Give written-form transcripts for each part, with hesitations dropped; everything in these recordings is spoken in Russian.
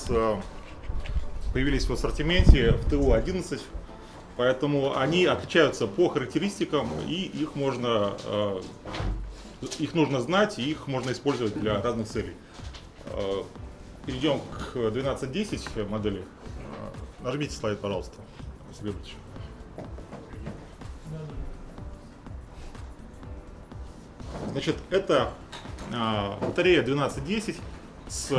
Появились в ассортименте в ТО-11, поэтому они отличаются по характеристикам, и их нужно знать, и их можно использовать для разных целей. Перейдем к 1210 модели. Нажмите слайд, пожалуйста, Сергей Ильич. Значит, это батарея 1210 с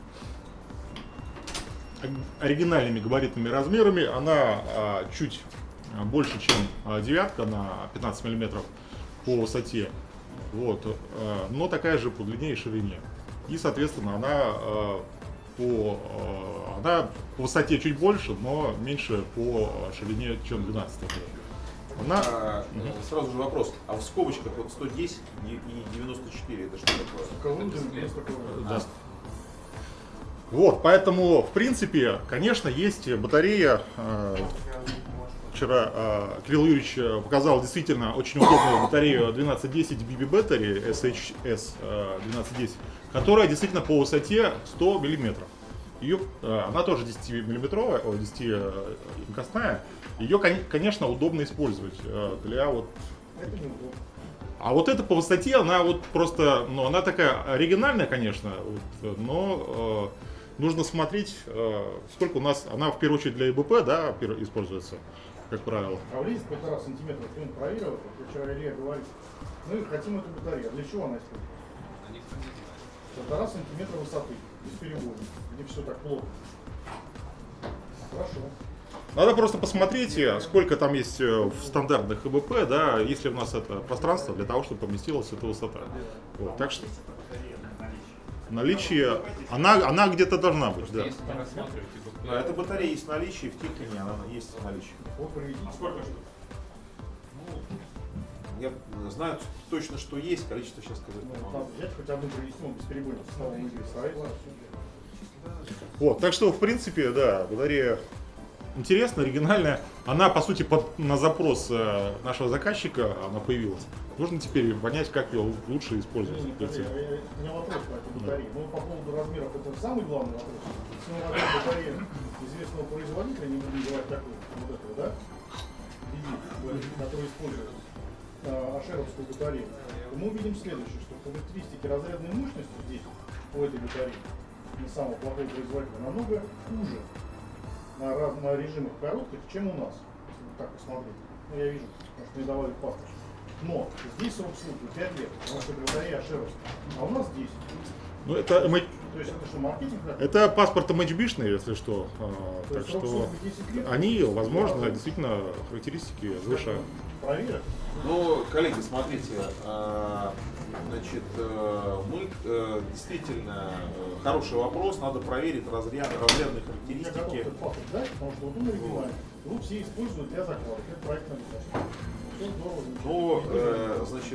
оригинальными габаритными размерами. Она чуть больше, чем девятка, на 15 мм по высоте, вот, но такая же по длине и ширине. И, соответственно, она по высоте чуть больше, но меньше по ширине, чем 12. Сразу же вопрос, а в скобочках вот 110 и 94 это что такое? Да. Вот, поэтому, в принципе, конечно, есть батарея. Вчера Кирилл Юрьевич показал действительно очень удобную батарею 1210 BB Battery SHS 1210, которая действительно по высоте 100 мм. Она тоже 10-миллиметровая, 10-имкостная. Ее, конечно, удобно использовать для вот. А вот это по высоте, она вот просто, ну, она такая оригинальная, конечно, вот, но нужно смотреть, сколько у нас, она в первую очередь для ИБП, да, используется, как правило. А влезет 1,5 сантиметра, кто проверил, вот вчера Илья говорит, мы хотим эту батарею, а для чего она используется? 1,5 сантиметра высоты, без перебоев, где все так плотно. Хорошо. Надо просто посмотреть, сколько там есть в стандартных ИБП, да, если у нас это пространство для того, чтобы поместилась эта высота. Вот, так что наличие, она где-то должна быть, да. Да, эта батарея есть в наличии, в Тихоне она есть в наличии. Сколько штук? Я знаю точно, что есть, количество сейчас сказать не могу. Надо взять хоть одну провести, он бесперебойно с новым игрой ставится. Вот, так что, в принципе, да, батарея интересная, оригинальная. Она, по сути, на запрос нашего заказчика она появилась. Нужно теперь понять, как ее лучше использовать. У меня вопрос по этой батарее. Ну, по поводу размеров, это самый главный вопрос. Если мы возьмем батарею известного производителя, не будем называть такой, вот этого, да? Который использует ашеровскую батарею, то мы увидим следующее, что характеристики разрядной мощности здесь, у этой батареи, не самого плохого производителя, намного хуже на режимах коротких, чем у нас. Если вот так посмотреть. Ну, я вижу, потому что мне давали паспорт. Но здесь срок службы 5 лет, потому что батарея ашеровская, а у нас 10. Ну, это То есть это что, маркетинг? это паспорт MHB-шный, если что. Так срок что службы 10 лет? они, возможно, действительно характеристики выше. Проверят. Ну, коллеги, смотрите, значит, мы действительно хороший вопрос, надо проверить разрядные Я готов характеристики. этот паспорт дать, потому что вот он оригинальный. Его все используют для закладок. Это проектная задача. Все здорово. Ну, значит,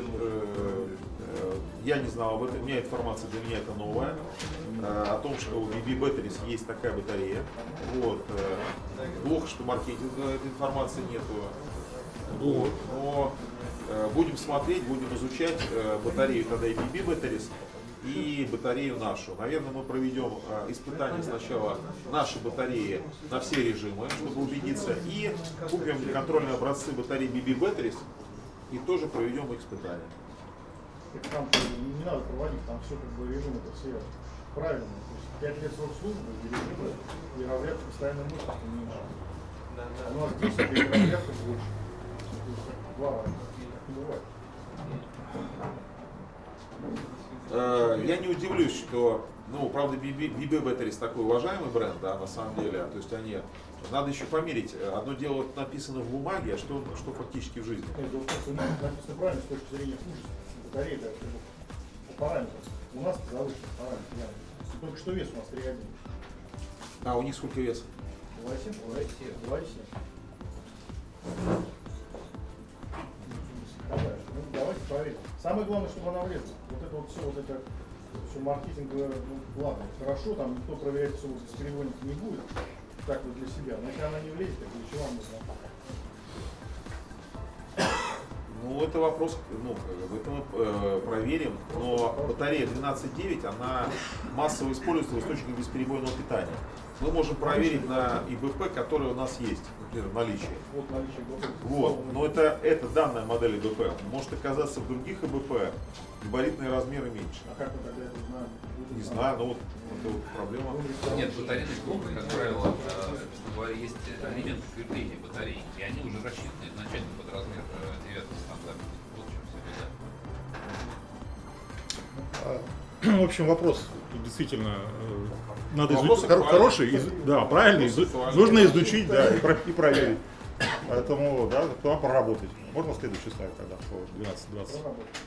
я не знал об этом, у меня информация для меня это новая, о том, что у BB Batteries есть такая батарея. Вот. Плохо, что маркетинга этой информации нету. Вот. Но будем смотреть, будем изучать батарею тогда и BB Batteries, и батарею нашу. Наверное, мы проведем испытание сначала нашей батареи на все режимы, чтобы убедиться, и купим контрольные образцы батареи BB Batteries и тоже проведем их испытания. Там не надо проводить, там все как бы режимы-то все правильно. То есть 5 лет срок службы, и режимы, и разрядка постоянной мощности меньше. А у нас 10 и разрядка больше. То есть как 2 раза. Так не бывает. Я не удивлюсь, что, ну, правда, BB Batteries такой уважаемый бренд, да, на самом деле, то есть они, надо еще померить, одно дело вот написано в бумаге, а что фактически в жизни. Нет, дело в том, что написано правильно с точки зрения мощности батареи, да, по параметрам. У нас завышенный параметр. Только что вес у нас 3,1. А у них сколько веса? 2,7? 2,7. Ну, давайте проверим. Самое главное, чтобы она влезла. Вот это все маркетинговое, ну, ладно, хорошо, там никто проверять все бесперебойника не будет, так вот для себя. Но если она не влезет, так для чего она нужна? Ну, это вопрос, ну, это мы проверим, но батарея 12.9, она массово используется в источниках бесперебойного питания. Мы можем проверить на ИБП, который у нас есть, например, в наличии. Вот наличие ИБП. Вот, но это данная модель ИБП. Может оказаться в других ИБП габаритные размеры меньше. А как мы тогда это узнаем? Не знаю, но вот это вот проблема. Нет, батарейных блоков, как правило, собственно говоря, есть элементы крепления батареи, и они уже рассчитаны изначально под размер 9 стандарта. Вот в чем вся беда. В общем, вопрос действительно надо Вопрос изучить. Хороший, да, правильный, нужно изучить, да, и проверить. Поэтому, да, туда поработать. Можно следующий слайд тогда по 12.20.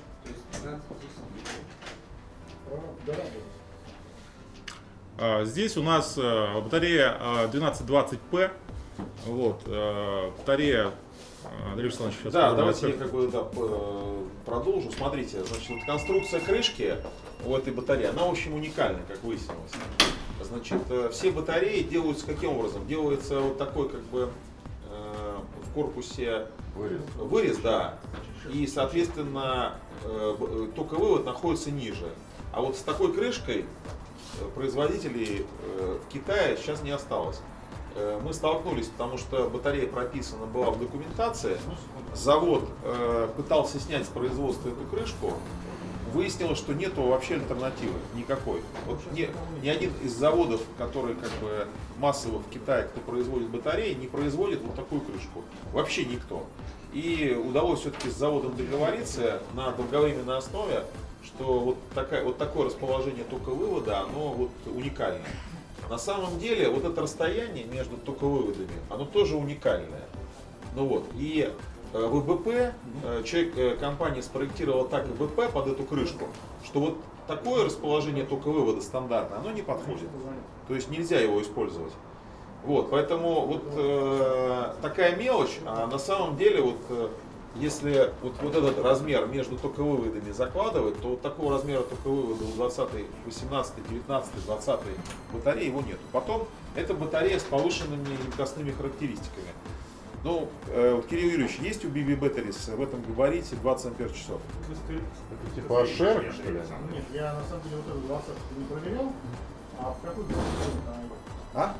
Здесь у нас батарея 1220P. Вот, батарея, Андрей Александрович, сейчас Да, давайте я продолжу. Смотрите, значит, вот конструкция крышки у этой батареи, она в общем уникальна, как выяснилось. Значит, все батареи делаются каким образом? Делается вот такой как бы в корпусе вырез, да, и соответственно токовывод находится ниже. А вот с такой крышкой производителей в Китае сейчас не осталось. Мы столкнулись, потому что батарея прописана была в документации. Завод пытался снять с производства эту крышку. Выяснилось, что нету вообще альтернативы никакой. Вот ни один из заводов, которые как бы массово в Китае, кто производит батареи, не производит вот такую крышку. Вообще никто. И удалось все-таки с заводом договориться на долговременной основе, что вот такое расположение токовывода, оно вот уникальное. На самом деле вот это расстояние между токовыводами, оно тоже уникальное. Ну вот, и в ИБП компания спроектировала так ИБП под эту крышку, что вот такое расположение токовывода стандартное, оно не подходит. То есть нельзя его использовать. Вот, поэтому вот такая мелочь, а на самом деле вот если вот этот размер между токовыводами закладывать, то вот такого размера токовывода у 20, 18, 19, 20 батареи его нет. Потом это батарея с повышенными емкостными характеристиками. Ну, вот, Кирилл Юрьевич, есть у BB Batteries в этом габарите 20 ампер-часов? Это типа шер, что ли? Нет, я на самом деле вот этот 20 не проверял, а в какой А?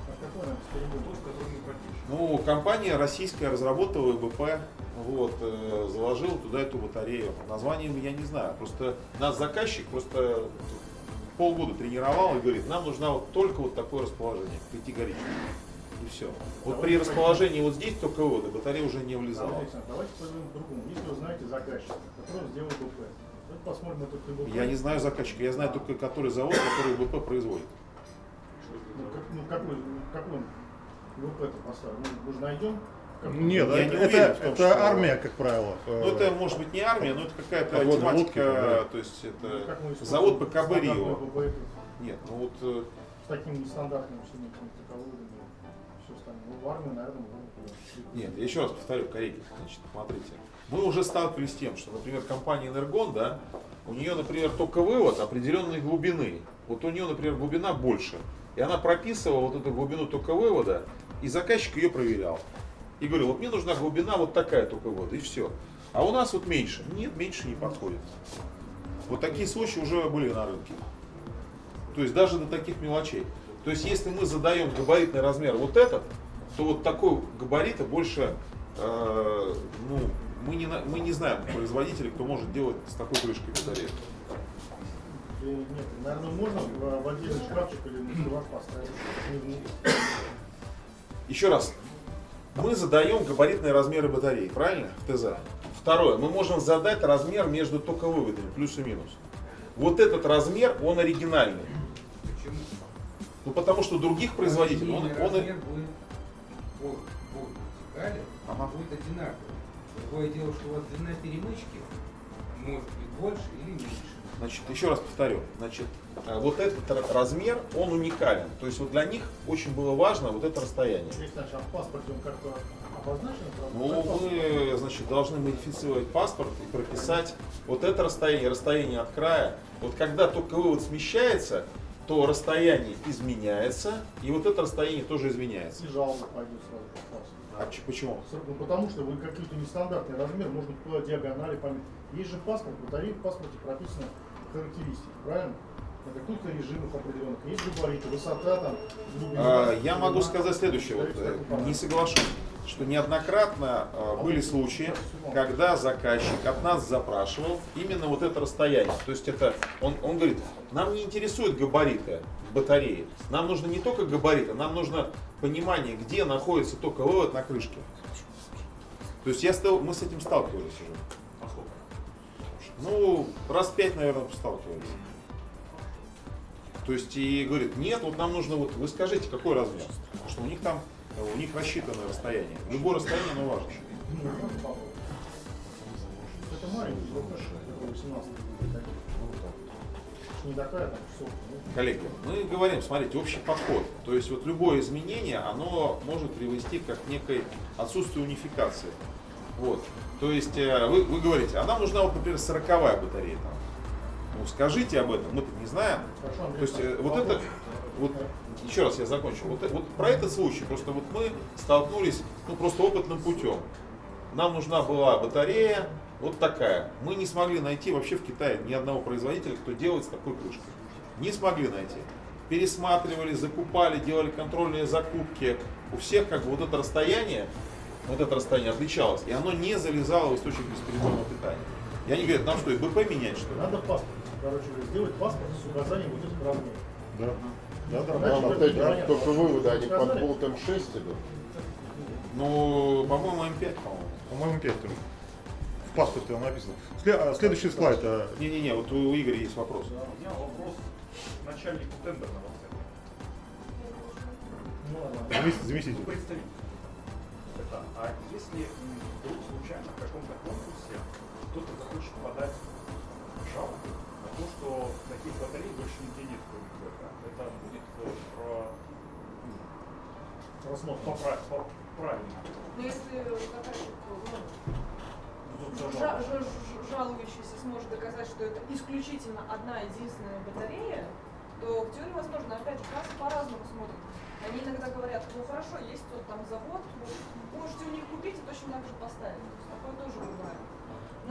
Ну, компания российская разработала ИБП, вот, заложила туда эту батарею. Название я не знаю. Просто нас заказчик просто полгода тренировал и говорит, нам нужно вот только вот такое расположение, категорично. И все. Вот при расположении вот здесь только вывода батарея уже не влезала. Давайте пойдем к другому. Если вы знаете заказчика, который сделал ИБП, давайте посмотрим этот ИБП. Я не знаю заказчика, я знаю только который завод, который ИБП производит. Какой он ИБП-то поставил? Мы же найдем. Нет, я не уверен в том, это что армия, как правило. Ну, это может быть не армия, но это какая-то Подводные тематика, лодки, да. то есть Ну, это завод ПКБ Рио. ИБП Нет, ну вот с таким нестандартным всеми таковыми все остальное. Ну, в армию, наверное, можно. нет, я еще раз повторю, коллеги, значит, смотрите. Мы уже сталкивались с тем, что, например, компания Энергон, да, у нее, например, токовывод определенной глубины. Вот у нее, например, глубина больше. И она прописывала вот эту глубину токовывода, и заказчик ее проверял. И говорил, вот мне нужна глубина вот такая токовывода, и все. А у нас вот меньше. Нет, меньше не подходит. Вот такие случаи уже были на рынке. То есть даже до таких мелочей. То есть если мы задаем габаритный размер вот этот, то вот такой габарита больше, ну, мы не знаем производителей, кто может делать с такой крышкой батареи. Нет, наверное, можно в отдельный шкафчик или на сервак поставить. Еще раз. Мы задаем габаритные размеры батареи, правильно? В ТЗ. Второе. Мы можем задать размер между токовыводами, плюс и минус. Вот этот размер, он оригинальный. Почему? Ну потому что других производителей, Размер будет по вертикали, Ага. будет одинаковый. Другое дело, что у вас длина перемычки может быть больше или меньше. Значит, еще раз повторю, значит, вот этот размер, он уникален. То есть вот для них очень было важно вот это расстояние. Александр, а в паспорте он как-то обозначен? Ну, мы, значит, должны модифицировать паспорт и прописать вот это расстояние от края. Вот когда токовывод смещается, то расстояние изменяется, и вот это расстояние тоже изменяется. И жалоба пойдет сразу по паспорту. Почему? Ну, потому что вы какой-то нестандартный размер, можно по диагонали пометить. Есть же паспорт, батареи в паспорте прописаны характеристики, правильно? На каких-то режимах определенных. Есть габариты, высота там, глубина. Я могу сказать следующее. Вот, не соглашусь, что неоднократно были случаи, когда заказчик от нас запрашивал именно вот это расстояние. То есть это он говорит, нам не интересуют габариты батареи. Нам нужно не только габариты, нам нужно понимание, где находится токовывод на крышке. То есть мы с этим сталкивались уже. Ну, раз 5, наверное, сталкивались. То есть и говорит, нет, вот нам нужно, вот вы скажите, какой размер. Потому что у них рассчитанное расстояние. Любое расстояние, оно важно. Это маленький, это 18. Не такая, там, часов. Коллеги, мы говорим, смотрите, общий подход. То есть вот любое изменение, оно может привести как к некой отсутствию унификации. Вот. То есть вы говорите, а нам нужна, вот, например, 40-я батарея. Там. Ну, скажите об этом, мы-то не знаем. Хорошо, Андрей, То есть вот это, вот, еще раз я закончу. Вот про этот случай, просто вот мы столкнулись, ну, просто опытным путем. Нам нужна была батарея вот такая. Мы не смогли найти вообще в Китае ни одного производителя, кто делает с такой крышкой. Не смогли найти. Пересматривали, закупали, делали контрольные закупки. У всех как бы вот это расстояние отличалось, и оно не залезало в источник бесперебойного питания. И они говорят, нам что, и БП менять, что ли? Надо паспорт. Короче, сделать паспорт с указанием вот этих размеров. Да. Дальше Вот как эти непонятно. только выводы, они под Сказали? болтом 6 идут. Ну, по-моему, М5, по-моему. По-моему, 5 тоже. В паспорте там написано. Следующий слайд. Не-не-не, вот у Игоря есть вопрос. У меня вопрос к начальнику тендерного центра. Ну, ладно. Заместитель. Представитель. Это, а если вдруг случайно в каком-то конкурсе кто-то захочет подать жалобу на то, что таких батарей больше нигде нет, кроме БК, это будет правильно. Но если заказчик, жалующийся сможет доказать, что это исключительно одна единственная батарея, то в теории возможно, опять же, кассы по-разному смотрят. Они иногда говорят, ну хорошо, есть вот там завод, вы можете у них купить и точно так же поставить. То есть такое тоже бывает. Но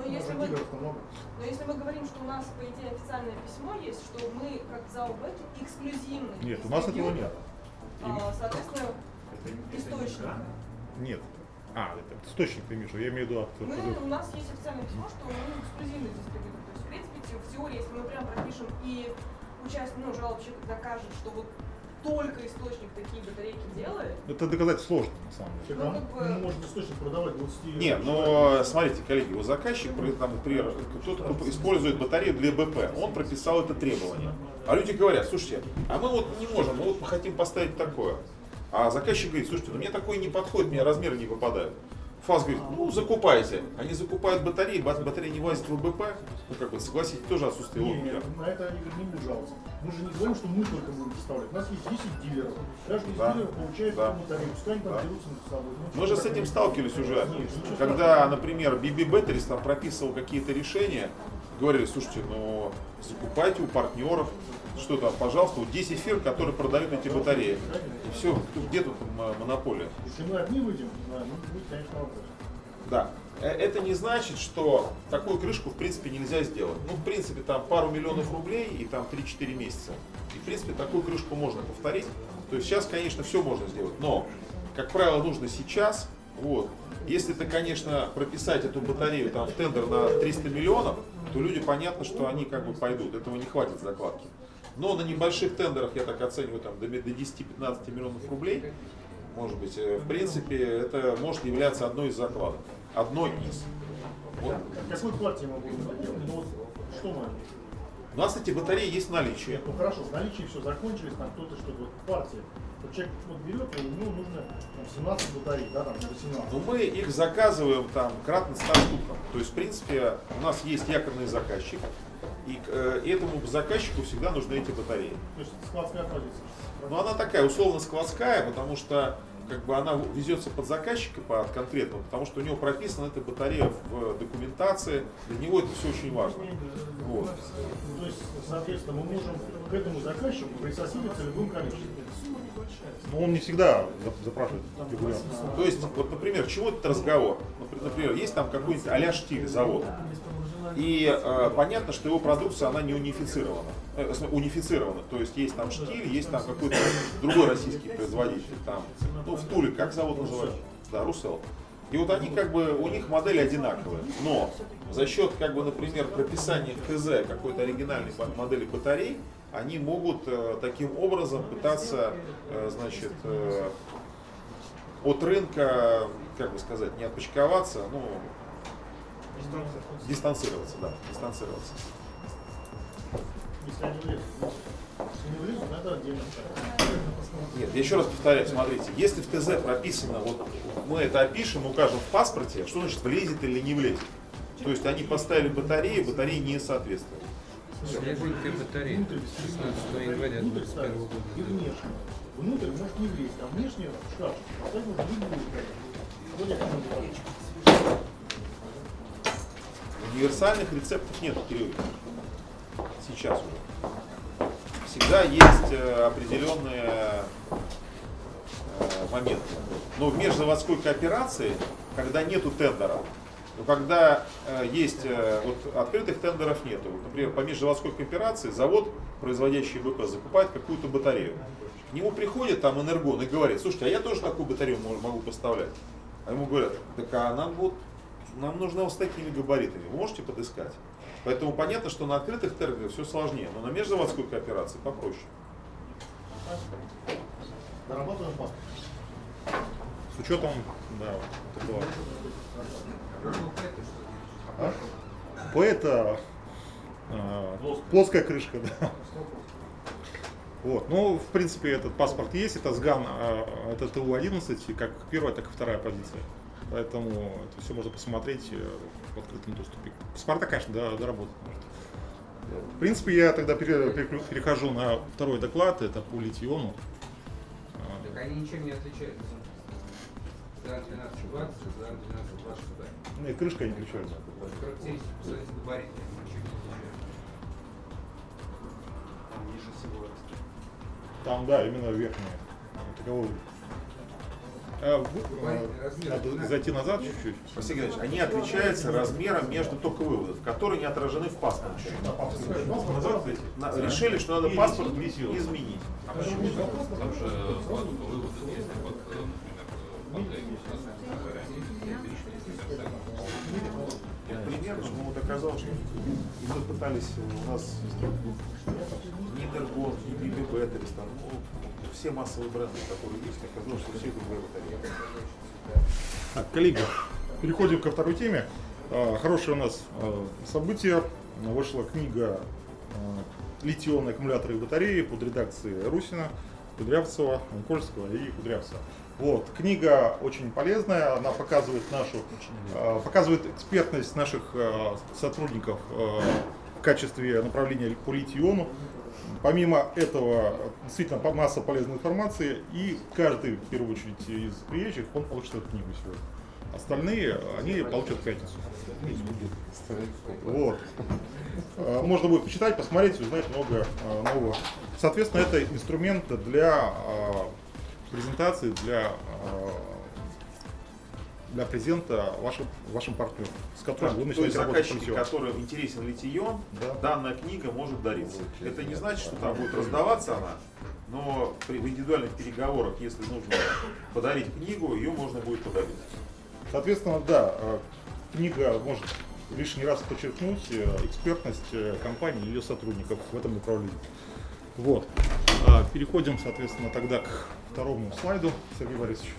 если мы говорим, что у нас, по идее, официальное письмо есть, что мы, как ЗАО БЭТ, эксклюзивный. Нет, у нас этого нет. Соответственно, источник. Нет. Это источник ты имеешь, я имею в виду акт. У нас есть официальное письмо, что мы эксклюзивный дистрибьютор. То есть, в принципе, в теории, если мы прям пропишем и участник, жалобщик докажет, что вот только источник такие батарейки делает. Это доказать сложно, на самом деле. Он может источник продавать 20. Нет, но смотрите, коллеги, у заказчик, там, например, кто-то использует батарею для БП, он прописал это требование. А люди говорят, слушайте, а мы вот не можем, мы хотим поставить такое. А заказчик говорит, слушайте, мне такое не подходит, мне размеры не попадают. ФАС говорит, ну закупайте. Они закупают батареи, батарея не влазит в ВБП. Ну как бы, согласитесь, тоже отсутствие логики. На это Игорь не будет жаловаться. Мы же не говорим, что мы только будем представлять. У нас есть 10 дилеров. Каждый из дилеров получает батарею. Пускай они там дерутся между собой. Мы же с этим сталкивались уже. Когда, например, BB Batteries там прописывал какие-то решения, говорили, слушайте, ну закупайте у партнеров, что там, пожалуйста, вот 10 фирм, которые продают эти батареи. И все, где тут монополия? Если мы одни выйдем, будет, конечно, вопрос. Да. Это не значит, что такую крышку в принципе нельзя сделать. Ну, в принципе, там пару миллионов рублей и там 3-4 месяца. И, в принципе, такую крышку можно повторить. То есть сейчас, конечно, все можно сделать. Но, как правило, нужно сейчас. Вот. Если ты, конечно, прописать эту батарею там, в тендер на 300 миллионов, то люди, понятно, что они как бы пойдут. Этого не хватит закладки. Но на небольших тендерах, я так оцениваю, там, до 10-15 миллионов рублей, может быть, в принципе, это может являться одной из закладок. Одной из. Вот. Какой партии мы будем делать? Ну, вот, что мы? У нас эти батареи есть в наличии. Нет, ну хорошо, в наличии все закончились, там кто-то что-то, вот партия. Вот человек вот берет, и ему нужно там, 17 батарей, да, там 18. Но мы их заказываем там кратно 100 штукам. То есть, в принципе, у нас есть якорный заказчик. И к этому заказчику всегда нужны эти батареи. То есть складская позиция. Но она такая условно складская, потому что как бы она везется под заказчика, под конкретного, потому что у него прописана эта батарея в документации, для него это все очень важно. Вот. То есть, соответственно, мы можем к этому заказчику присоседиться любым количеством. Но он не всегда запрашивает регулярно. То есть, вот, например, к чему этот разговор? Например, есть там какой-нибудь а-ля штиль завод. И понятно, что его продукция, она не унифицирована. Унифицирована. То есть есть там штиль, есть там какой-то другой российский производитель. Там, ну, в Туле, как завод называется? Да, Русел. И вот они как бы, у них модели одинаковые. Но за счет, как бы, например, прописания в ТЗ какой-то оригинальной модели батарей, они могут таким образом пытаться, значит, от рынка, как бы сказать, не отпочковаться, ну, дистанцироваться, да, дистанцироваться. Если они влезут. Если не влезут, надо отдельно. Нет, я еще раз повторяю, смотрите, если в ТЗ прописано, вот мы это опишем, укажем в паспорте, что значит влезет или не влезет. То есть они поставили батареи, батареи не соответствуют. Свеженькая батарея. 16 января 2021 года. И внешне. Внутрь может не влезть, а внешне шкаф. Поставить можно любую количество. Универсальных рецептов нет, Кирилл. Сейчас уже. Всегда есть определенные моменты. Но в межзаводской кооперации, когда нету тендеров, но когда есть, вот открытых тендеров нету. Вот, например, по межзаводской кооперации завод, производящий БП, закупает какую-то батарею. К нему приходит там Энергон и говорит: слушайте, а я тоже такую батарею могу поставлять. А ему говорят: так а нам нужно вот с такими габаритами, вы можете подыскать? Поэтому понятно, что на открытых тендерах все сложнее, но на межзаводской кооперации попроще. Дорабатываем паспорт. С учетом, да, вот этого. П это плоская крышка, да. Вот. Ну, в принципе, этот паспорт есть, это СГАН, это ТУ-11, как первая, так и вторая позиция. Поэтому это все можно посмотреть в открытом доступе. Паспорта, конечно, доработать можно. В принципе, я тогда перехожу на второй доклад, это по литиону. Так они ничем не отличаются. ЗАН 1220, ЗАН 1220. И крышка не отличается. Характеристики габариты ничем не отличаются. Там ниже всего растет. Там, да, именно верхняя. Таковой. Надо зайти назад чуть-чуть. Василий Геннадьевич, они отличаются размером между токовыводов, которые не отражены в паспорте. Решили, что надо паспорт изменить. А почему? Там же выводы есть под, например, Пример, что вот оказалось, что и мы пытались у нас ни Энергон, ни BB Batteries, там, ну, все массовые бренды, которые есть, оказалось, что все другие батареи. Так, коллеги, переходим ко второй теме. Хорошее у нас событие. Вышла книга «Литионные аккумуляторы и батареи» под редакцией Русина, Кудрявцева, Никольского и Кудрявцева. Вот, книга очень полезная, она показывает показывает экспертность наших сотрудников в качестве направления по литиону. Помимо этого, действительно масса полезной информации, и каждый, в первую очередь, из приезжих, он получит эту книгу сегодня. Остальные, они получат в пятницу. Вот. Можно будет почитать, посмотреть, узнать много нового. Соответственно, это инструмент для презентации, для презента вашим партнерам, с которым вы То есть начинаете работать. заказчики, которым интересен литион, Да. данная книга может дариться. Это не значит, что там будет раздаваться она, но в индивидуальных переговорах, если нужно подарить книгу, ее можно будет подарить. Соответственно, да, книга может лишний раз подчеркнуть экспертность компании и ее сотрудников в этом направлении. Вот. Переходим, соответственно, тогда к второму слайду, Сергей Борисович.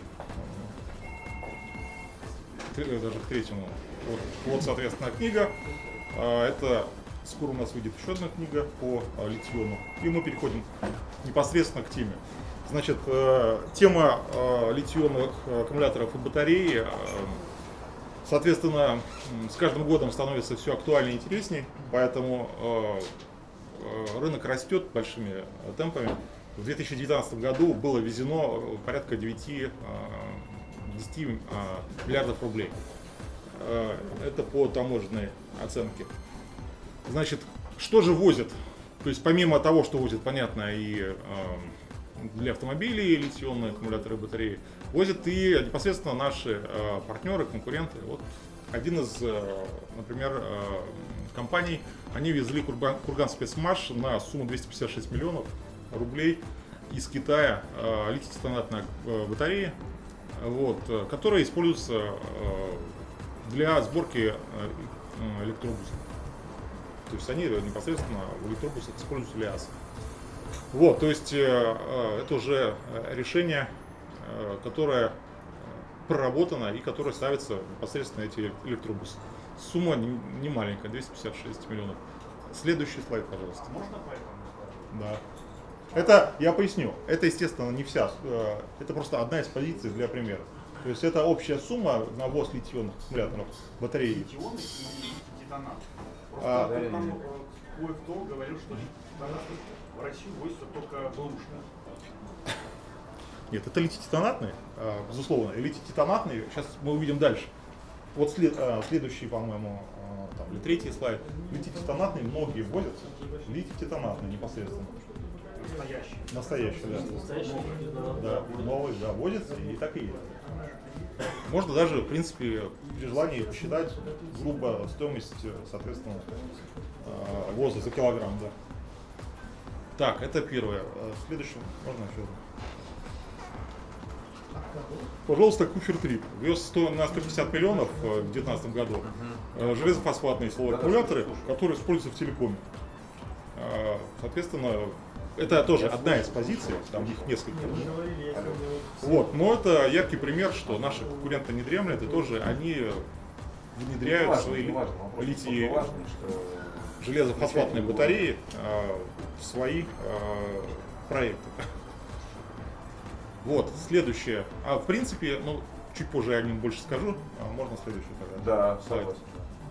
Даже к третьему. Вот, соответственно, книга. Это скоро у нас выйдет еще одна книга по литиону. И мы переходим непосредственно к теме. Значит, тема литионных аккумуляторов и батарей, соответственно, с каждым годом становится все актуальнее и интереснее, поэтому рынок растет большими темпами. в 2019 году было ввезено порядка 10 миллиардов рублей. Это по таможенной оценке. Значит, что же возят? То есть помимо того, что возят, понятно, и для автомобилей литий-ионные аккумуляторы и батареи, возят и непосредственно наши партнеры, конкуренты. Вот один из, например, компаний, они везли Курганспецмаш на сумму 256 миллионов рублей из Китая литий-титанатные батареи, вот, которые используются для сборки электробусов. То есть они непосредственно в электробусах используют ЛиАЗ. Вот, то есть это уже решение, которое проработано и которое ставится непосредственно эти электробусы. Сумма не маленькая, 256 миллионов. Следующий слайд, пожалуйста. Можно по этому? Да. Это, я поясню, это, естественно, не вся, это просто одна из позиций для примера. То есть это общая сумма на ввоз литий-ионных аккумуляторов батареи. Литий-ионы и литий-титанат. Просто там кое-кто говорил, что литий-титанат в Россию возится только бэушно. Нет, это литий-титанатные, безусловно, и литий-титанатные, сейчас мы увидим дальше. Вот следующий, по-моему, или третий слайд. Литий-титанатные многие вводятся, литий-титанатные непосредственно. Настоящий, да. Да, новый, да, вводится, и так и есть. Можно даже, в принципе, при желании посчитать грубо стоимость, соответственно, ввоза за килограмм, да. Так, это первое. Следующее, можно еще. Пожалуйста, Куфер-Трип. Вез на 150 миллионов в 2019 году железофосфатные силовые аккумуляторы, которые используются в телекоме. Соответственно, это тоже одна из позиций, там их несколько. Вот, но это яркий пример, что наши конкуренты не дремлят, и тоже они внедряют свои литий железофосфатные батареи в свои проекты. Вот, следующее. В принципе, ну, чуть позже я о нем больше скажу. Можно следующий тогда? Да, согласен.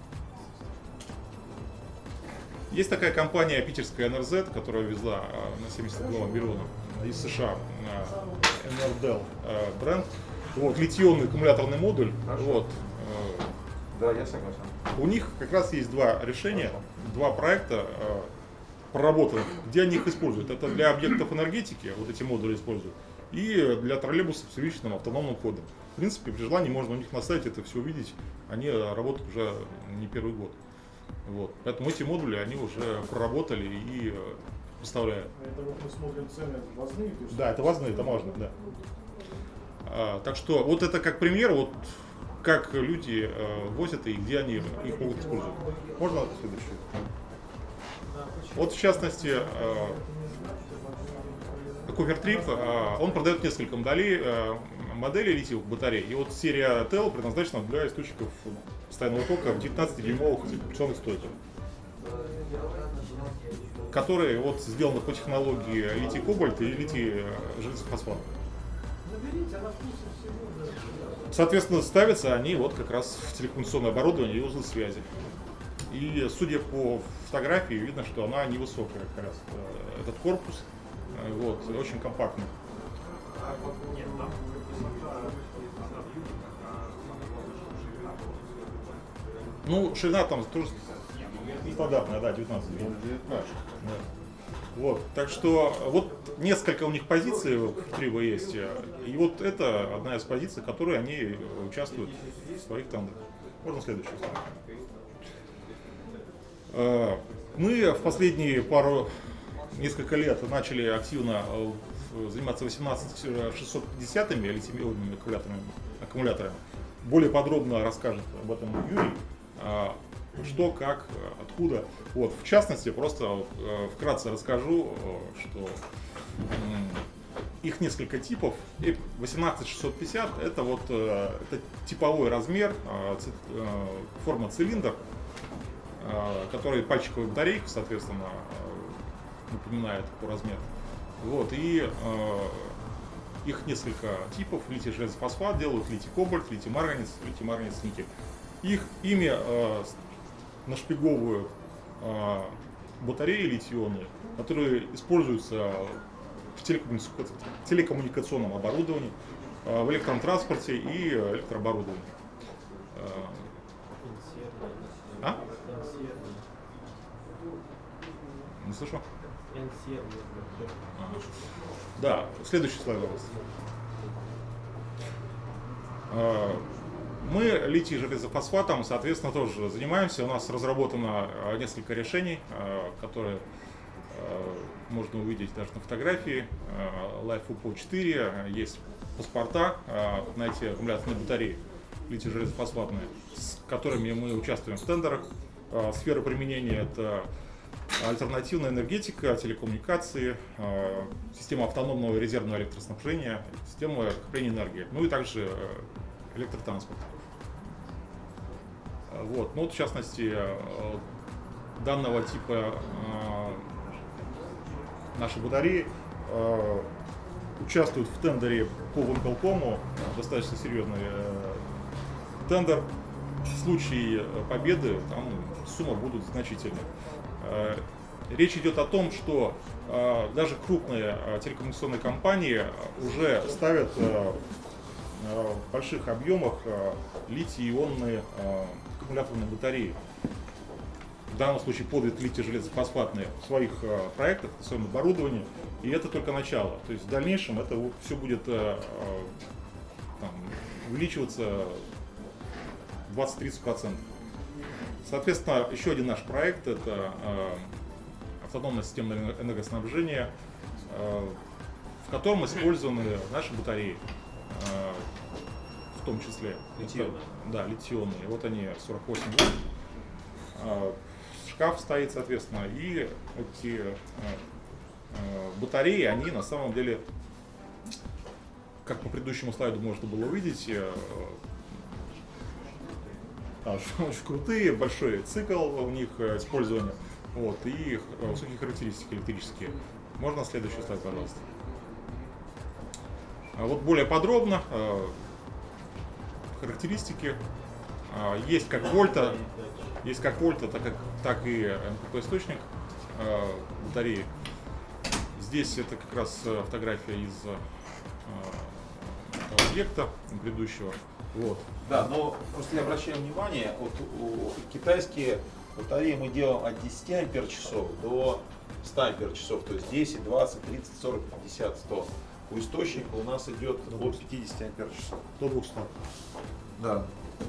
Есть такая компания питерская НРЗ, которая везла на 72 миллиона из США NRDL бренд. Вот, литий-ионный аккумуляторный модуль. Вот. Да, я согласен. У них как раз есть два решения, два проекта проработанных, где они их используют. Это для объектов энергетики, вот эти модули используют, и для троллейбусов с увеличенным автономным ходом. В принципе, при желании можно у них на сайте это все увидеть. Они работают уже не первый год. Вот. Поэтому эти модули они уже проработали и поставляют. Это вот мы смотрим цены ввозные? Да, это ввозные, это можно, да. Так что вот это как пример, вот как люди возят и где они их могут использовать. Можно следующее? Вот в частности, Куфер-Трип, он продает несколько моделей литиевых батарей. И вот серия TEL предназначена для источников постоянного тока в 19-дюймовых индукционных стойках, которые вот сделаны по технологии литий-кобальт и литий-железофосфат. Соответственно, ставятся они вот как раз в телекоммуникационное оборудование и узлы связи. И судя по фотографии, видно, что она невысокая как раз. Этот корпус, вот, очень компактный. Ну, ширина там тоже стандартная, да, 19 дюймов. Да. Вот, так что вот несколько у них позиций в Триба есть, и вот это одна из позиций, в которой они участвуют в своих тендерах. Можно следующий слайд. Мы в последние несколько лет начали активно заниматься 18650-ми литий-ионными аккумуляторами. Более подробно расскажет об этом Юрий. Что, как, откуда. Вот, в частности, просто вкратце расскажу, что их несколько типов. 18650 это вот это типовой размер, форма цилиндр, который пальчиковая батарейка, соответственно, напоминает по размеру. Вот, и их несколько типов. Литий-железофосфат делают, литий-кобальт, литий-марганец, литий-марганец-никель. Ими нашпиговывают батареи литий-ионные, которые используются в телекоммуникационном оборудовании, в электронном транспорте и электрооборудовании. А? Не слышу? Да, следующий слайд, пожалуйста. Мы литий железофосфатом, соответственно, тоже занимаемся. У нас разработано несколько решений, которые можно увидеть даже на фотографии. LiFeUPO 4, есть паспорта на эти аккумуляторные батареи литий-железофосфатные, с которыми мы участвуем в тендерах. Сфера применения — это альтернативная энергетика, телекоммуникации, система автономного резервного электроснабжения, система накопления энергии, ну и также электротранспорт. Вот. Ну, вот, в частности, данного типа наши батареи участвуют в тендере по Вимпелкому, достаточно серьезный тендер. В случае победы там суммы будут значительные. Речь идет о том, что даже крупные телекоммуникационные компании уже ставят в больших объемах литий-ионные аккумуляторные батареи. В данном случае под литий-железофосфатные в своих проектах, в своем оборудовании. И это только начало. То есть в дальнейшем это все будет там, увеличиваться 20-30%. Соответственно, еще один наш проект — это автономная система энергоснабжения, в котором использованы наши батареи, в том числе. Литий-ионные. Да, литий-ионные. Вот они, 48 вольт. Шкаф стоит, соответственно, и эти батареи, они на самом деле, как по предыдущему слайду можно было увидеть, очень крутые, большой цикл у них использования, вот, и высокие характеристики электрические. Можно следующий слайд, пожалуйста. Вот более подробно характеристики. Есть как вольта, так и МПП-источник батареи. Здесь это как раз фотография из объекта предыдущего. Вот. Да, но просто я обращаю внимание, вот китайские батареи мы делаем от 10 ампер-часов до 100 ампер-часов, то есть 10, 20, 30, 40, 50, 100. У источника у нас идет от 50 ампер-часов. До 200. Да.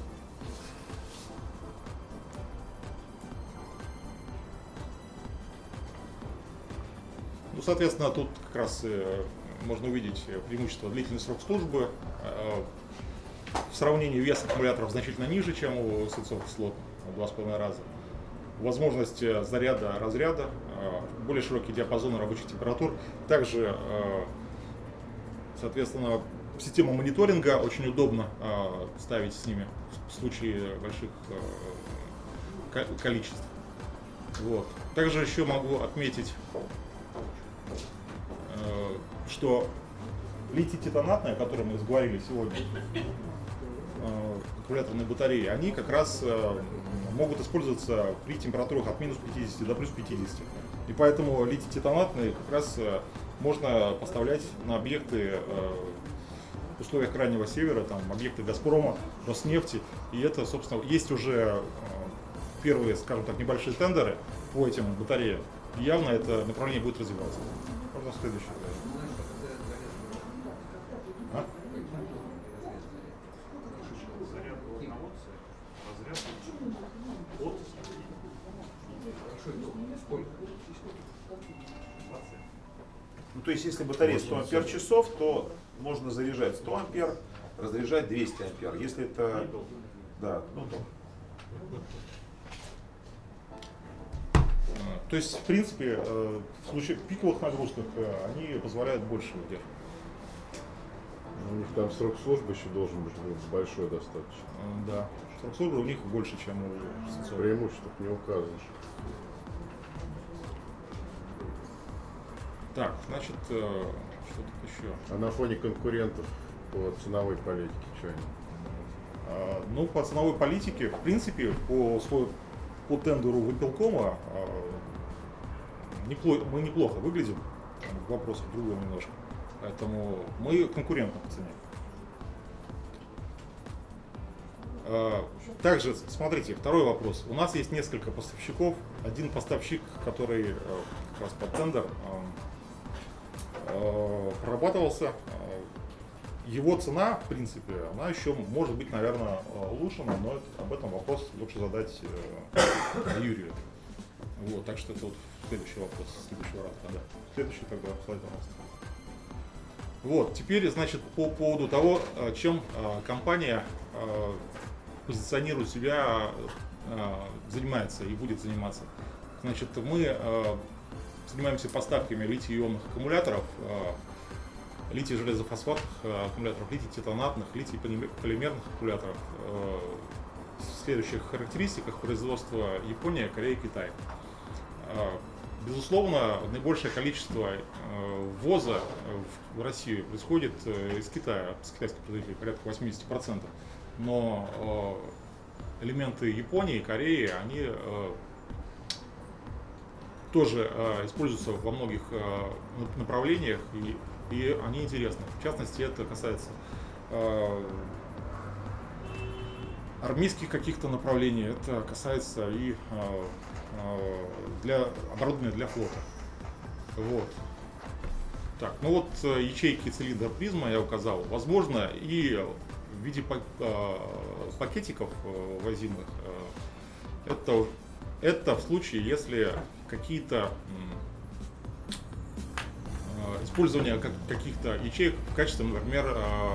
Ну, соответственно, тут как раз можно увидеть преимущество длительный срок службы. В сравнении вес аккумуляторов значительно ниже, чем у свинцовых кислот, в 2,5 раза. Возможность заряда, разряда, более широкий диапазон рабочих температур. Также, соответственно, система мониторинга очень удобно ставить с ними в случае больших количеств. Вот. Также еще могу отметить, что литий-титанатные, о котором мы говорили сегодня, аккумуляторные батареи, они как раз могут использоваться при температурах от минус 50 до плюс 50. И поэтому литий-титанатные как раз можно поставлять на объекты в условиях Крайнего Севера, там, объекты Газпрома, Роснефти. И это, собственно, есть уже первые, скажем так, небольшие тендеры по этим батареям. И явно это направление будет развиваться. Можно следующий. А? Ну, то есть, если батарея 100 ампер-часов, то можно заряжать 100 ампер, разряжать 200 ампер. Если это... Да, ну то. То есть, в принципе, в случае пиковых нагрузках они позволяют больше выдерживать. У них там срок службы еще должен быть большой достаточно. Да. Срок службы у них больше, чем у свинцовых. Преимуществ не указываешь. Так, значит, что тут еще? А на фоне конкурентов по ценовой политике что они? Ну, по ценовой политике, в принципе, по тендеру Вимпелкома мы неплохо выглядим. Вопрос в другом немножко. Поэтому мы конкурентны по цене. Также, смотрите, второй вопрос. У нас есть несколько поставщиков. Один поставщик, который как раз под тендер прорабатывался, его цена, в принципе, она еще может быть, наверное, улучшена, но об этом вопрос лучше задать Юрию. Вот, так что это вот следующий вопрос, следующего раза. Да. Следующий тогда слайд, пожалуйста. Вот, теперь, значит, по поводу того, чем компания позиционирует себя, занимается и будет заниматься. Значит, мы занимаемся поставками литий-ионных аккумуляторов, литий-железофосфатных аккумуляторов, литий-титанатных, литий-полимерных аккумуляторов в следующих характеристиках производства Япония, Корея, Китай. Безусловно, наибольшее количество ввоза в Россию происходит из Китая, с китайских производителей, порядка 80%. Но элементы Японии и Кореи, они тоже используются во многих направлениях, и они интересны. В частности, это касается армейских каких-то направлений, это касается и для оборудования для флота. Вот. Так, ну вот ячейки цилиндра призма я указал. Возможно, и в виде пакетиков возимых. Это в случае, если какие-то использование каких-то ячеек в качестве, например,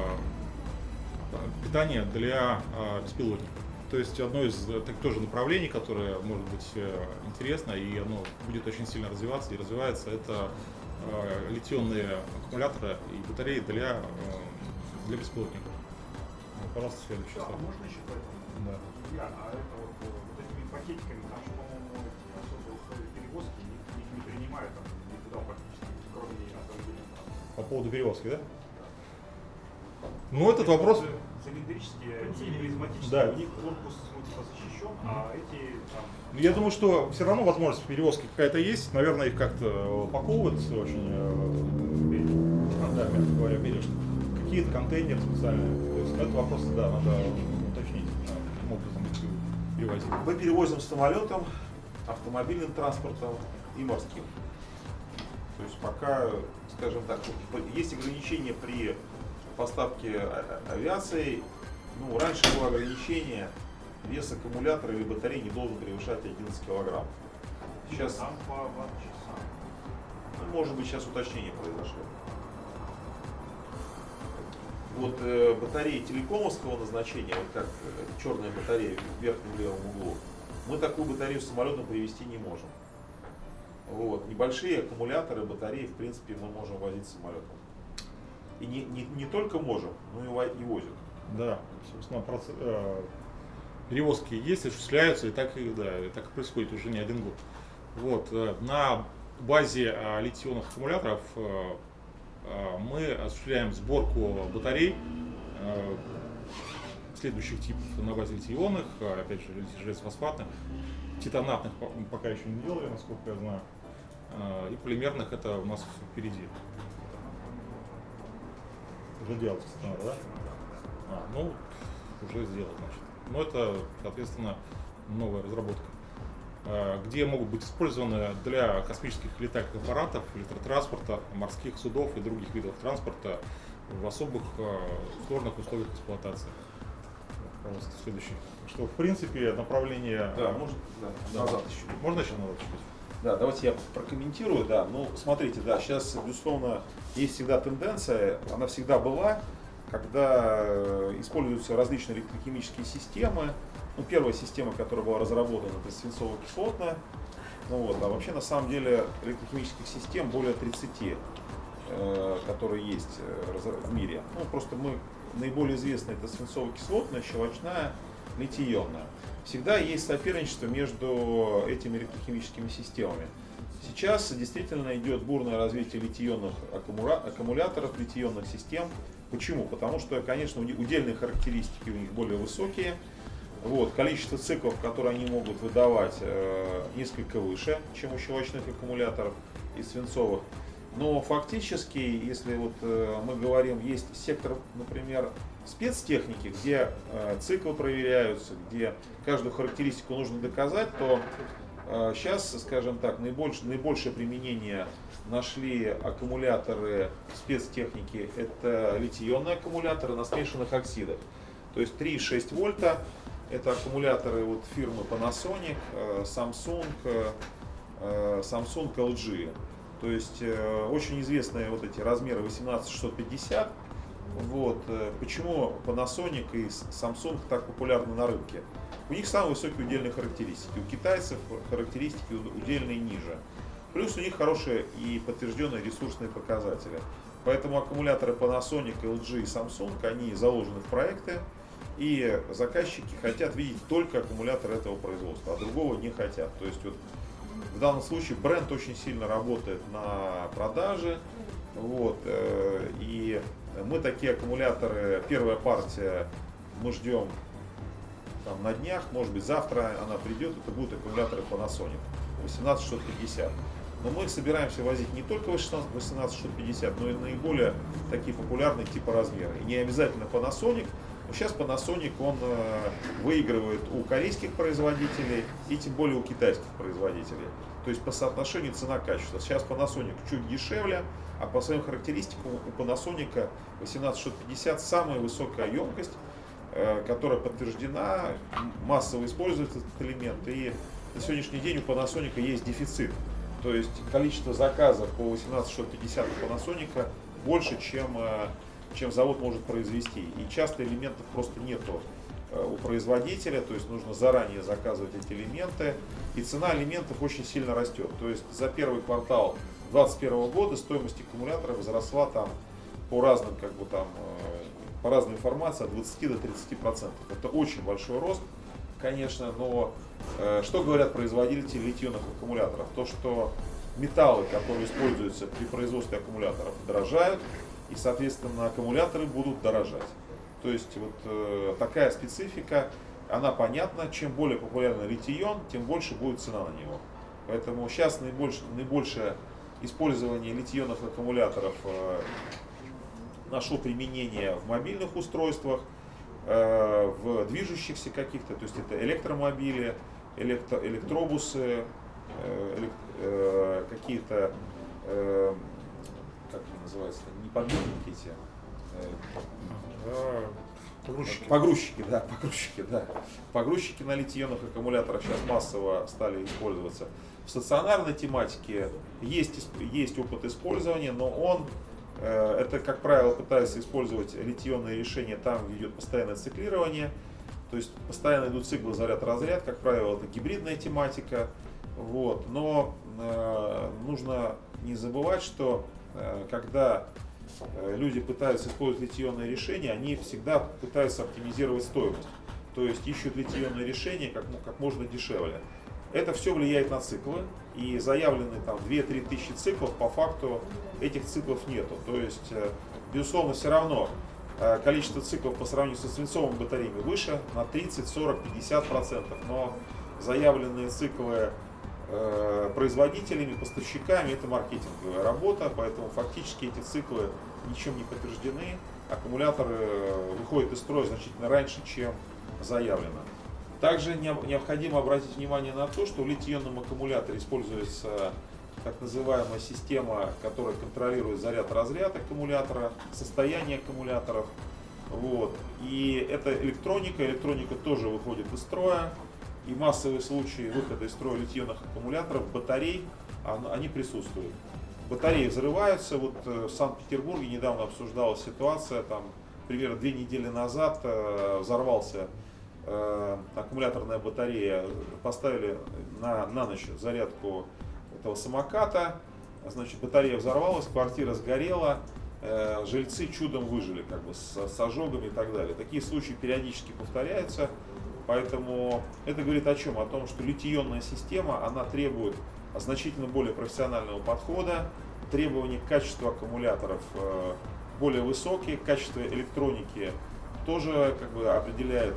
питания для беспилотников. То есть одно из тоже направлений, которое может быть интересно, и оно будет очень сильно развиваться и развивается, это литий-ионные аккумуляторы и батареи для беспилотников. Пожалуйста, следующий слайд. Можно еще поэтому? Да. А это вот этими пакетиками, там же, по-моему, эти особые условия перевозки, их не принимают там никуда практически, кроме автомобильных транспорта. По поводу перевозки, да? Ну, этот вопрос... Цилиндрические, они призматические, Да. у них корпус типа защищен, а эти там... Я думаю, что все равно возможность перевозки какая-то есть. Наверное, их как-то упаковывают очень, да, мягко говоря, бережно. Какие-то контейнеры специальные. То есть, это вопрос, да, надо уточнить, каким образом их перевозить. Мы перевозим самолетом, автомобильным транспортом и морским. То есть пока, скажем так, есть ограничения при поставке авиации. Ну, раньше было ограничение, вес аккумулятора или батареи не должен превышать 11 килограмм. Сейчас, Там по ватт-часам. ну, может быть, сейчас уточнение произошло. Вот батареи телекомовского назначения, вот как черная батарея в верхнем левом углу, мы такую батарею самолетом привезти не можем. Вот. Небольшие аккумуляторы, батареи, в принципе, мы можем возить самолетом. И не только можем, но и возят. Да, собственно, перевозки есть, осуществляются, и так и происходит уже не один год. Вот, на базе литий-ионных аккумуляторов мы осуществляем сборку батарей следующих типов на базе литий-ионных, опять же, железофосфатных, титанатных пока еще не делали, насколько я знаю, и полимерных это у нас впереди. Уже делать, да? Ну, уже сделать, значит. Но это, соответственно, новая разработка, где могут быть использованы для космических летательных аппаратов, электротранспорта, морских судов и других видов транспорта в особых сложных условиях эксплуатации. Пожалуйста, следующий. Что, в принципе, направление... Да, может, да, назад еще. Можно еще назад чуть-чуть? Да, давайте я прокомментирую. Да, ну, смотрите, да, сейчас, безусловно, есть всегда тенденция, она всегда была, когда используются различные электрохимические системы. Ну, первая система, которая была разработана, это свинцово-кислотная. Ну, вот, а вообще, на самом деле, электрохимических систем более 30, которые есть в мире. Ну, просто наиболее известная это свинцово-кислотная, щелочная, литий-ионная. Всегда есть соперничество между этими электрохимическими системами. Сейчас действительно идет бурное развитие литий-ионных аккумуляторов, литий-ионных систем. Почему? Потому что, конечно, удельные характеристики у них более высокие. Вот, количество циклов, которые они могут выдавать, несколько выше, чем у щелочных аккумуляторов и свинцовых. Но фактически, если вот мы говорим, есть сектор, например, спецтехники, где циклы проверяются, где каждую характеристику нужно доказать, то сейчас, скажем так, наибольшее применение нашли аккумуляторы спецтехники. Это литий-ионные аккумуляторы на смешанных оксидах. То есть 3,6 вольта. Это аккумуляторы вот фирмы Panasonic, Samsung, LG. То есть очень известные вот эти размеры 18650. Вот. Почему Panasonic и Samsung так популярны на рынке? У них самые высокие удельные характеристики. У китайцев характеристики удельные ниже. Плюс у них хорошие и подтвержденные ресурсные показатели. Поэтому аккумуляторы Panasonic, LG и Samsung, они заложены в проекты. И заказчики хотят видеть только аккумулятор этого производства, а другого не хотят. То есть вот в данном случае бренд очень сильно работает на продаже. Вот, и мы такие аккумуляторы, первая партия, мы ждем там, на днях, может быть завтра она придет, это будут аккумуляторы Panasonic 18650. Но мы их собираемся возить не только 18650, но и наиболее такие популярные типа размеры. И не обязательно Panasonic. Но сейчас Panasonic он выигрывает у корейских производителей и тем более у китайских производителей. То есть по соотношению цена-качество. Сейчас Panasonic чуть дешевле, а по своим характеристикам у Panasonic 18650 самая высокая емкость, которая подтверждена, массово используется этот элемент. И на сегодняшний день у Panasonic есть дефицит. То есть количество заказов по 18650 у Panasonic больше, чем завод может произвести. И часто элементов просто нету у производителя, то есть нужно заранее заказывать эти элементы. И цена элементов очень сильно растет. То есть за первый квартал 2021 года стоимость аккумулятора возросла там по разным, по разной информации от 20 до 30%. Это очень большой рост, конечно, но что говорят производители литий-ионных аккумуляторов? То, что металлы, которые используются при производстве аккумуляторов, дорожают, и, соответственно, аккумуляторы будут дорожать. То есть вот такая специфика, она понятна. Чем более популярный литий-ион, тем больше будет цена на него. Поэтому сейчас наибольшее использование литий-ионных аккумуляторов нашло применение в мобильных устройствах, в движущихся каких-то, то есть это электромобили, электробусы, какие-то, как они называются, не подъемники эти, погрузчики на литий-ионных аккумуляторах сейчас массово стали использоваться. В стационарной тематике есть опыт использования, но это, как правило, пытаются использовать литий-ионные решения там, где идет постоянное циклирование. То есть постоянно идут циклы заряд-разряд, как правило, это гибридная тематика. Вот. Но нужно не забывать, что когда люди пытаются использовать литий-ионные решения, они всегда пытаются оптимизировать стоимость. То есть ищут литий-ионные решения как можно дешевле. Это все влияет на циклы, и заявлены там 2-3 тысячи циклов, по факту этих циклов нету. То есть, безусловно, все равно количество циклов по сравнению со свинцовыми батареями выше на 30, 40, 50%, но заявленные циклы производителями, поставщиками — это маркетинговая работа, поэтому фактически эти циклы ничем не подтверждены, аккумуляторы выходят из строя значительно раньше, чем заявлено. Также необходимо обратить внимание на то, что в литий-ионном аккумуляторе используется так называемая система, которая контролирует заряд-разряд аккумулятора, состояние аккумуляторов. Вот. И это электроника тоже выходит из строя. И массовые случаи выхода из строя литий-ионных аккумуляторов, батарей, они присутствуют. Батареи взрываются. Вот в Санкт-Петербурге недавно обсуждалась ситуация, там примерно 2 недели назад взорвался аккумуляторная батарея, поставили на ночь зарядку этого самоката, значит, батарея взорвалась, квартира сгорела, жильцы чудом выжили, с ожогами и так далее. Такие случаи периодически повторяются, поэтому это говорит о чем? О том, что литий-ионная система, она требует значительно более профессионального подхода, требования к качеству аккумуляторов более высокие, качество электроники тоже определяет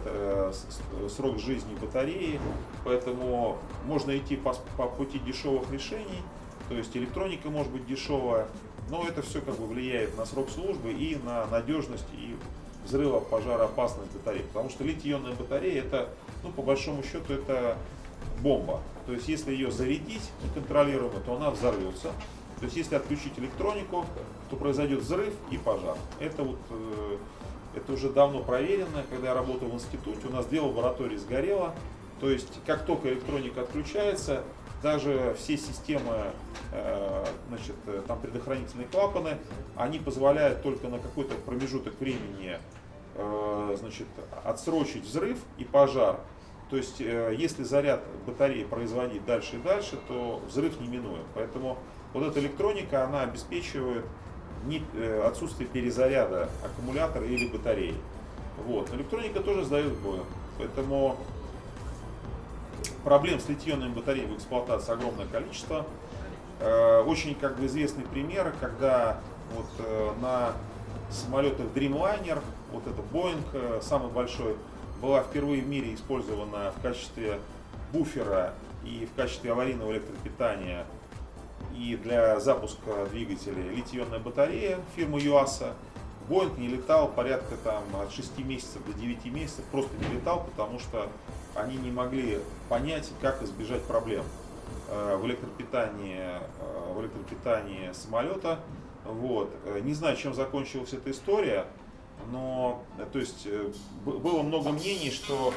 срок жизни батареи, поэтому можно идти по пути дешевых решений, то есть электроника может быть дешевая, но это все как бы влияет на срок службы и на надежность и взрывопожароопасность батареи. Потому что литий-ионная батарея это, ну, по большому счету, это бомба. То есть если ее зарядить неконтролируемо, то она взорвется. То есть если отключить электронику, то произойдет взрыв и пожар. Это вот это уже давно проверено. Когда я работал в институте, у нас 2 лаборатории сгорело. То есть как только электроника отключается, даже все системы, значит, там предохранительные клапаны, они позволяют только на какой-то промежуток времени, значит, отсрочить взрыв и пожар. То есть если заряд батареи производить дальше и дальше, то взрыв неминуем. Поэтому вот эта электроника, она обеспечивает отсутствие перезаряда аккумулятора или батареи. Вот. Но электроника тоже сдает бой. Поэтому проблем с литий-ионными батареями в эксплуатации огромное количество. Очень как бы известный пример, когда вот на самолетах Dreamliner, вот это Boeing, самый большой, была впервые в мире использована в качестве буфера и в качестве аварийного электропитания и для запуска двигателей литий-ионная батарея фирмы Yuasa. Boeing не летал порядка там от 6 месяцев до 9 месяцев, просто не летал, потому что они не могли понять, как избежать проблем в электропитании самолета. Вот. Не знаю, чем закончилась эта история, но то есть, было много мнений, что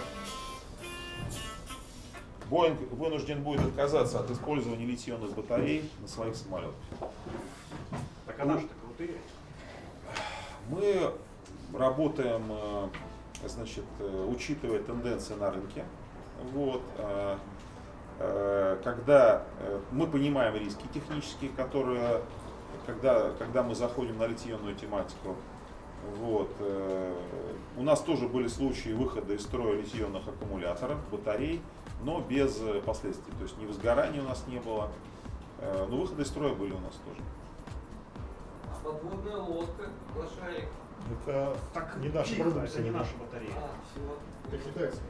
Boeing вынужден будет отказаться от использования литий-ионных батарей на своих самолетах. Так а наши-то крутые. Мы работаем, значит, учитывая тенденции на рынке. Вот. Когда мы понимаем риски технические, которые, когда мы заходим на литий-ионную тематику. Вот. У нас тоже были случаи выхода из строя литий-ионных аккумуляторов, батарей, но без последствий. То есть ни возгорания у нас не было, но выходы из строя были у нас тоже. А подводная лодка, лошарик. Это Так не наша тихо, продукция. это не наша батарея. Всего. Это китайская.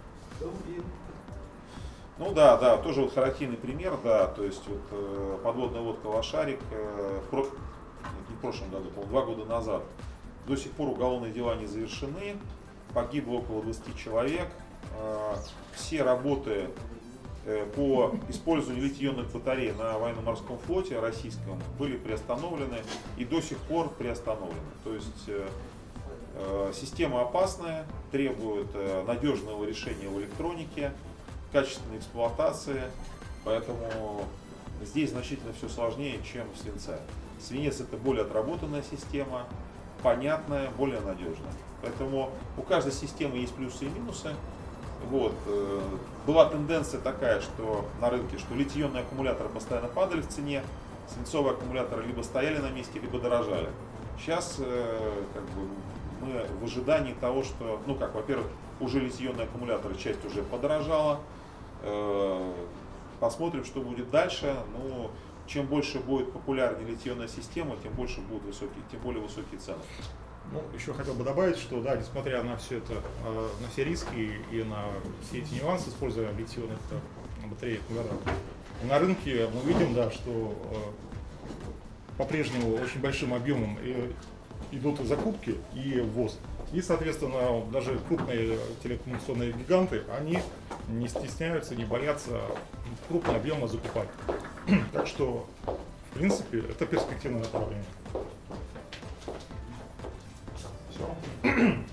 Ну да, да, тоже вот характерный пример, да, то есть вот подводная лодка «Лошарик» не в прошлом году, по-моему, 2 года назад, до сих пор уголовные дела не завершены, погибло около 20 человек, все работы по использованию литий-ионных батарей на военно-морском флоте российском были приостановлены и до сих пор приостановлены. То есть система опасная, требует надежного решения в электронике, качественной эксплуатации, поэтому здесь значительно все сложнее, чем в свинце. Свинец это более отработанная система, понятная, более надежная. Поэтому у каждой системы есть плюсы и минусы. Вот. Была тенденция такая, что на рынке, что литий-ионные аккумуляторы постоянно падали в цене, свинцовые аккумуляторы либо стояли на месте, либо дорожали. Сейчас как бы, мы в ожидании того, что, ну как, во-первых, уже литий-ионные аккумуляторы, часть уже подорожала. Посмотрим, что будет дальше. Ну, чем больше будет популярнее литий-ионная система, тем больше будут тем более высокие цены. Ну, еще хотел бы добавить, что да, несмотря на все это, на все риски и на все эти нюансы используя литий-ионных батарей аккумуляторов, на рынке мы видим, да, что по-прежнему очень большим объемом идут закупки и ввоз. И, соответственно, даже крупные телекоммуникационные гиганты, они не стесняются, не боятся крупные объемы закупать. Так что, в принципе, это перспективное направление. Все.